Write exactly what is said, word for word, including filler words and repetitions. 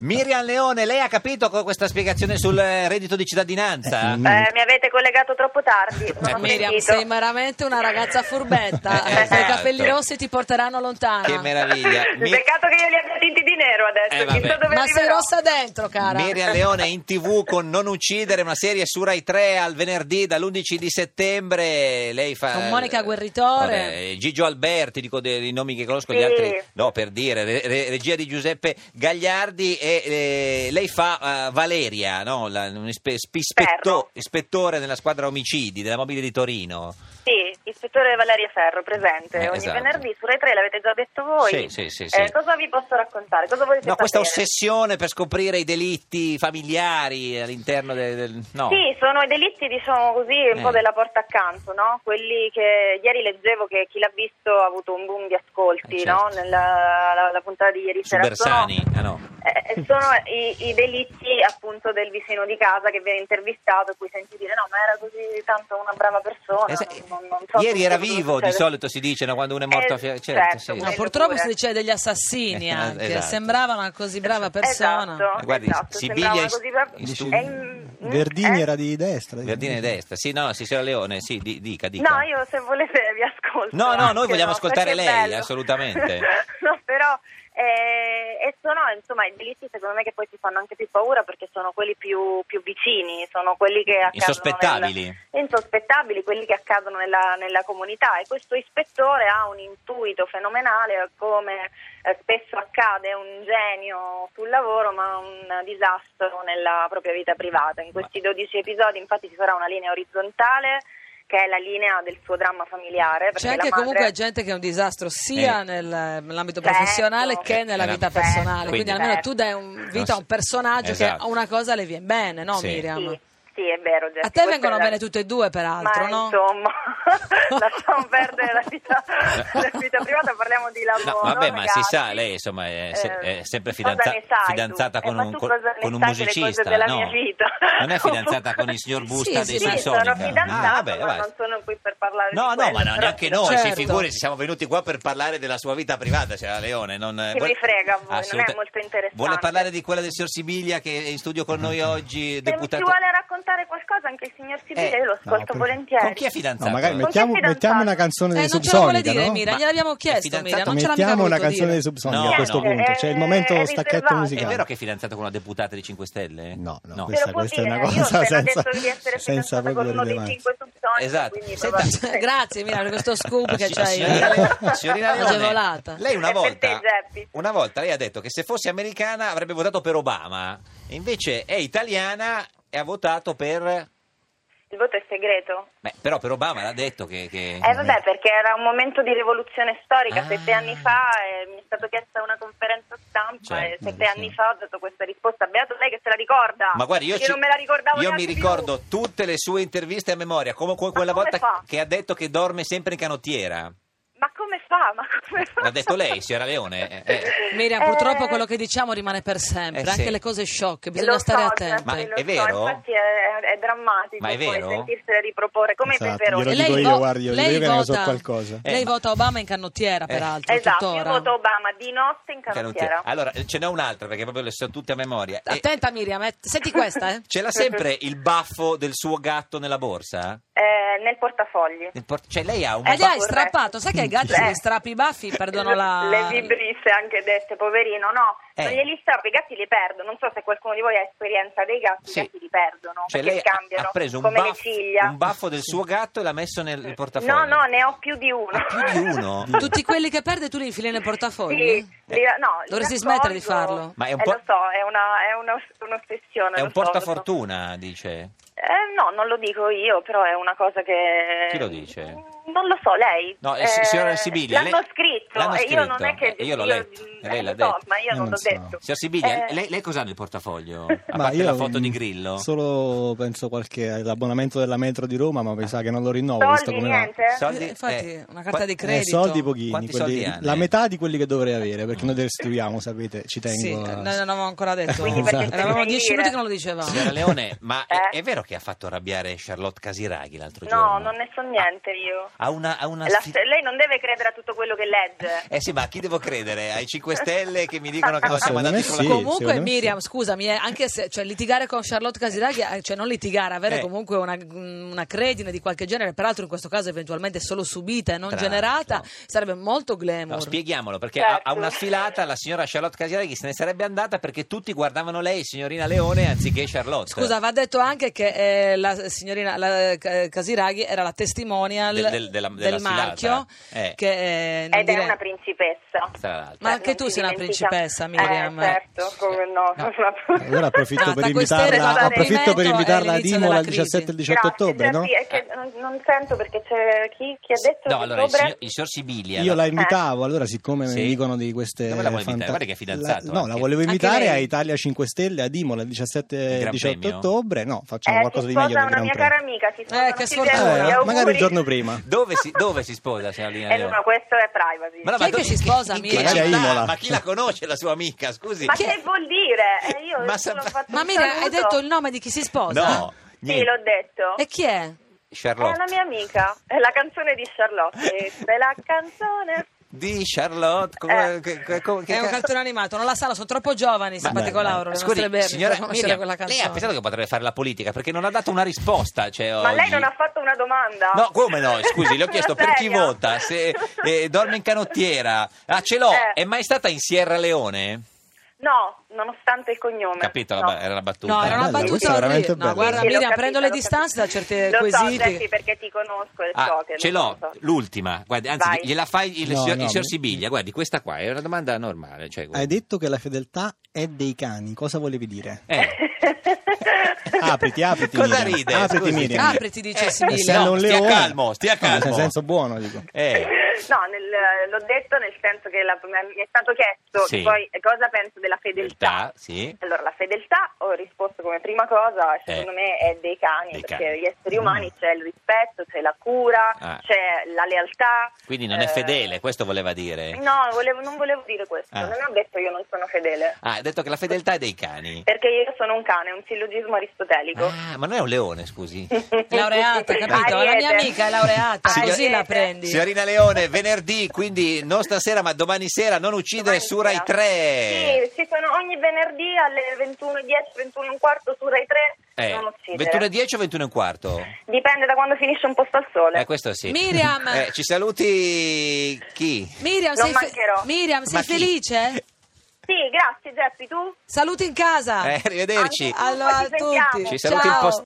Miriam Leone, lei ha capito con questa spiegazione sul reddito di cittadinanza? Eh, mi avete collegato troppo tardi. Non ho Miriam, sentito. sei veramente una ragazza furbetta. Eh, esatto. I capelli rossi ti porteranno lontano. Che meraviglia. Mi- Peccato che io li abbia tinti di nero adesso. Eh, vabbè. Chissà dove Ma sei arriverò. rossa dentro, cara. Miriam Leone in tv con Non uccidere, una serie su Rai tre al venerdì dall'undici di settembre. Lei fa Con Monica Guerritore. Vabbè, Gigio Alberti, dico dei nomi che conosco, Sì. gli altri no, per dire, re- re- regia di Giuseppe Gagliardi, e eh, lei fa uh, Valeria, no? La, un ispe- ispetto- Ferro. ispettore nella squadra omicidi della mobile di Torino. Sì, ispettore Valeria Ferro, presente Eh, ogni esatto. venerdì su Rai tre, l'avete già detto voi. Sì, sì, sì, sì. Eh, cosa vi posso raccontare? Cosa volete No, questa sapere? ossessione per scoprire i delitti familiari all'interno del... del- no. Sì, sono i delitti, diciamo così, un Eh. po' della porta accanto, no? Quelli che ieri leggevo che chi l'ha visto ha avuto un boom di ascolti, Eh, certo. no? Nella la, la puntata di ieri Su sera. Bersani, Sono, ah, no. eh, sono i, i delitti appunto del vicino di casa che viene intervistato e cui senti dire no, ma era così tanto una brava persona. Eh, se- non- non so Ieri come era potuto vivo, di succedere. solito si dice, no, quando uno è morto Eh, a fianco. certo, Sì. quello No, purtroppo pure. si dice degli assassini Eh, anche. esatto. Sembrava una così brava persona. Esatto, Eh, guardi, esatto, Sibilia sembrava in- così brava- in stu- è in- Verdini eh? era di destra. Verdini è destra, sì, no, sì, signora Leone, sì, di- dica, dica. No, io se volete vi ascolto. No, no, noi anche, vogliamo no, ascoltare perché è lei, bello. assolutamente. No, però eh, e sono insomma i delitti secondo me che poi ti fanno anche più paura perché sono quelli più, più vicini, sono quelli che accadono Insospettabili. nel- insospettabili, quelli che accadono nella, nella comunità, e questo ispettore ha un intuito fenomenale, come eh, spesso accade, un genio sul lavoro ma un disastro nella propria vita privata. In questi dodici episodi infatti ci sarà una linea orizzontale che è la linea del suo dramma familiare. perché C'è anche la madre- comunque gente che è un disastro sia Eh. nel- nell'ambito Certo. professionale che nella Eh, vita certo. personale. Quindi- Quindi almeno certo. tu dai un, vita a Non un personaggio Esatto. che a una cosa le viene bene, no Sì. Miriam? Sì, sì, è vero. Geppi, A te questa vengono è la- bene tutte e due, peraltro, Ma no? insomma, lasciamo perdere la vita, la vita privata, parliamo di lavoro. No, vabbè, ma si ragazzi. sa, lei insomma è, se- Eh, è sempre cosa fidanza- ne sai fidanzata tu? con Eh, un, ma tu con, cosa ne con un sai delle musicista, cose della no? mia vita? Non è fidanzata con il signor Busta Sì, dei sì, Sì, Sinsonica? sono fidanzata, Ah, vabbè, ma vai. non sono qui per parlare No, di no, quello, ma no, però neanche sì, noi, Certo. si figuri, siamo venuti qua per parlare della sua vita privata, signora Leone. Non, Che mi frega a voi, non è Assoluta- molto interessante. Vuole parlare di quella del signor Sibilia che è in studio con noi oggi, Se deputato? ci vuole raccontare qualcosa anche il signor Sibilia, Eh, io lo ascolto no, per- volentieri. Con chi è fidanzato? No, magari Con chi è mettiamo, fidanzato? mettiamo una canzone Eh, dei non ce lo vuole Subsonica, dire, no? Miriam, Ma gliel'abbiamo è chiesto, fidanzato? Miriam, non ce l'ha mica Mettiamo una voluto canzone dire. dei Subsonica No, a questo no. punto. C'è il momento Eh, stacchetto riservato. È musicale. vero che è fidanzato con una deputata dei cinque Stelle? No, no, No. questa, Ve lo può questa è una dire, io ho cosa appena senza, detto di essere senza fidanzata con proprio uno dei rilevanza. cinque subsonici, Esatto. quindi Senta- probabilmente- Grazie, Miriam, per questo scoop che Si- c'hai signorina, signorina Leone, agevolata. lei una È per volta, te, Geppi. una volta lei ha detto che se fosse americana avrebbe votato per Obama, e invece è italiana e ha votato per... Il voto è segreto. Beh, però per Obama l'ha detto che... che... Eh vabbè, perché era un momento di rivoluzione storica, Ah. sette anni fa e mi è stata chiesta una conferenza stampa Certo, e sette sì. anni fa ho dato questa risposta. Beato lei che se la ricorda. Ma guardi, io, Io ci- non me la ricordavo io mi neanche ricordo più. tutte le sue interviste a memoria, come que- quella come volta fa? che ha detto che dorme sempre in canottiera. Ma come fa? Ma come fa? L'ha detto lei, signora Leone? Eh, eh. Miriam, Eh, purtroppo quello che diciamo rimane per sempre, Eh, anche sì. le cose sciocche, bisogna Lo stare so, attenti. Ma Geppi, lo è so, vero? infatti è, è drammatico Ma è poi vero? sentirsele riproporre come Esatto, i peperoni. glielo E lei dico io, vo- guardi, io lei dico che ne so vota- qualcosa. Eh, Lei ma- vota Obama in canottiera, peraltro, Esatto, tuttora. io voto Obama di notte in canottiera. Allora, ce n'è un'altra, perché proprio le so tutte a memoria. E- Attenta, Miriam, eh. Senti questa, eh. Ce l'ha sempre il baffo del suo gatto nella borsa? Eh, nel portafogli. Nel port- Cioè lei ha un E gli hai corretto. strappato, sai che ai gatti Eh. se li strappi i baffi perdono la... Le vibrisse anche dette, poverino, no, Eh. non glieli strappo, i gatti li perdono, non so se qualcuno di voi ha esperienza dei gatti, Sì. i gatti li perdono, Cioè perché lei ha- cambiano, ha preso un come le baffo, ciglia. un baffo del suo gatto e l'ha messo nel nel portafoglio. No, no, ne ho più di uno. Ah, più di uno? Tutti quelli che perde tu li infili nel portafogli? Sì, li- no, li Dovresti raccolgo. smettere di farlo. Ma è un eh, po'- lo so, è una, è una, un'ossessione. È lo un so, lo so. portafortuna, dice. Eh, no, non lo dico io, però è una cosa che... Chi lo dice? Non lo so, lei. No, eh, si- signora Sibilia, L'hanno lei- scritto, l'hanno e io non scritto. è che... Eh, io l'ho letto, e lei eh, l'ha lo so, detto. ma io Io non non l'ho so. detto. Signor Sibilia, Eh, lei, lei cos'ha nel portafoglio? A Ma parte io la foto mm, di Grillo? Solo penso qualche l'abbonamento della metro di Roma, ma mi sa che non lo rinnovo, visto Soldi, come va. niente? Soldi? Eh, infatti, Eh, una carta qua- di Eh, credito. soldi pochini, Quanti quelli- soldi ha, la lei? metà di quelli che dovrei avere, perché noi li restituiamo, sapete, ci tengo. Sì, a- noi non avevamo ancora detto. Quindi perché Esatto. Eravamo devi dieci dire? minuti che non lo dicevamo. Signora Leone, ma è, Eh? è vero che ha fatto arrabbiare Charlotte Casiraghi l'altro No, giorno? non ne so niente io. A una, a una La- sfi- lei non deve credere a tutto quello che legge. Eh sì, ma a chi devo credere? Ai cinque Stelle che mi dicono che non siamo Secondo andati me sulla... sì. Comunque secondo me Miriam, scusami, eh, anche se cioè, litigare con Charlotte Casiraghi, eh, cioè non litigare, avere Eh. comunque una, una credine di qualche genere, peraltro in questo caso eventualmente solo subita e non Tra generata, l'altro. sarebbe molto glamour. No, spieghiamolo, perché Certo. a, a una sfilata la signora Charlotte Casiraghi se ne sarebbe andata perché tutti guardavano lei, signorina Leone, anziché Charlotte. Scusa, va detto anche che eh, la signorina la, eh, Casiraghi era la testimonial Del- del- della- della del marchio, sfilata. Eh. che eh, non Ed è direi- una principessa. Tra l'altro. Ma Eh, anche non tu si sei una dimentica. principessa, Miriam. Eh, certo, come no. Allora approfitto No, per da queste invitarla, risate approfitto per è invitarla ad l'inizio Imola della il diciassette e il diciotto Grazie, ottobre, no? Geppi, è che non, non sento perché c'è chi, chi ha detto No, che allora il ottobre? signor, il signor Sibilia. Io no? la invitavo, allora siccome Sì. mi dicono di queste Dove la vuoi invitare? fanta- Guarda che è fidanzato La- no, anche. la volevo Anche invitare lei? a Italia cinque Stelle ad Imola il diciassette e Gran diciotto Premio? ottobre. No, facciamo Eh, qualcosa si di meglio sposa del una Gran mia Premio. cara amica, si sposa Eh, che Silvia sfortuna. Auguri, Eh, auguri. magari il giorno prima. Dove si, dove si sposa, signorina Eh, Leone? no, questo è privacy. Ma no, Chi è do- che si in sposa, in che Miriam? Magari a città? Imola. Ma chi la conosce la sua amica, scusi? Ma che vuol dire? Eh, io Ma solo sa- ho fatto Ma un Miriam, hai saluto. detto il nome di chi si sposa? No, Sì, niente. l'ho detto. E chi è? È Charlotte. una mia amica, è la canzone di Charlotte. Questa è la canzone. Di Charlotte. come- Eh. che- che- come- che È un ca- cartone animato, non la sanno, sono troppo giovani, simpatico dai, Lauro, le Scusi, nostre Berni, signora per conoscere Miriam, quella lei canzone. ha pensato che potrebbe fare la politica perché non ha dato una risposta, cioè, Ma lei oggi. non ha fatto una domanda? No, come no? Scusi, le ho chiesto per chi Seria? vota, se eh, dorme in canottiera. Ah, ce l'ho. Eh. È mai stata in Sierra Leone? No, nonostante il cognome. Capito? La No. ba- Era la battuta. No, era una Bella, battuta questa è veramente orribile. No, bella. guarda Sì, l'ho Miriam, capita, prendo le l'ho distanze da capita. certi Lo quesiti. so, Geppi, perché ti conosco e Ah, so che ce non l'ho, lo so. l'ultima. Guardi, anzi, Vai. gliela fai il, No, signor, no, il signor mi- Sibiglia. Guardi, questa qua è una domanda normale. Cioè, Hai detto che la fedeltà è dei cani, cosa volevi dire? eh, Apriti, apriti. Cosa Miriam. ride? Apriti, Scusi. Miriam. Apriti, dice Eh, Sibiglia. Essendo no, un stia leone. calmo, stia No, calmo. nel senso buono, dico. eh. No, nel- l'ho detto nel senso che la- mi è stato chiesto Sì. che poi cosa penso della fedeltà. Fedeltà, sì. Allora, la fedeltà, ho risposto come prima cosa, secondo Eh. me è dei cani, Dei perché cani. gli esseri umani c'è il rispetto, c'è la cura, Ah. c'è la lealtà. Quindi non è eh, fedele, questo voleva dire. No, volevo- non volevo dire questo, Ah. non ho detto io non sono fedele, Ah, ha detto che la fedeltà è dei cani. perché io sono un cane, è un sillogismo aristotelico. Ah, ma non è un leone, scusi. Laureata, capito? La mia Ariete. amica è laureata, Ariete. così la prendi. Signorina Leone, venerdì, quindi non stasera ma domani sera, non uccidere Domani su Rai sera. tre. Sì, ci sono ogni venerdì alle ventuno e dieci, ventuno e un quarto su Rai tre, Eh, non uccidere. ventuno e dieci o ventuno e un quarto? Dipende da quando finisce Un posto al sole. Eh, questo sì. Miriam. Eh, ci saluti chi? Miriam, Non sei, fe- mancherò. Miriam, sei Ma chi? felice? Sì, grazie Geppi, tu? Saluti in casa. Eh, arrivederci. Anche tu, Allora, poi a ci sentiamo. tutti. Ci saluti il Ciao. post-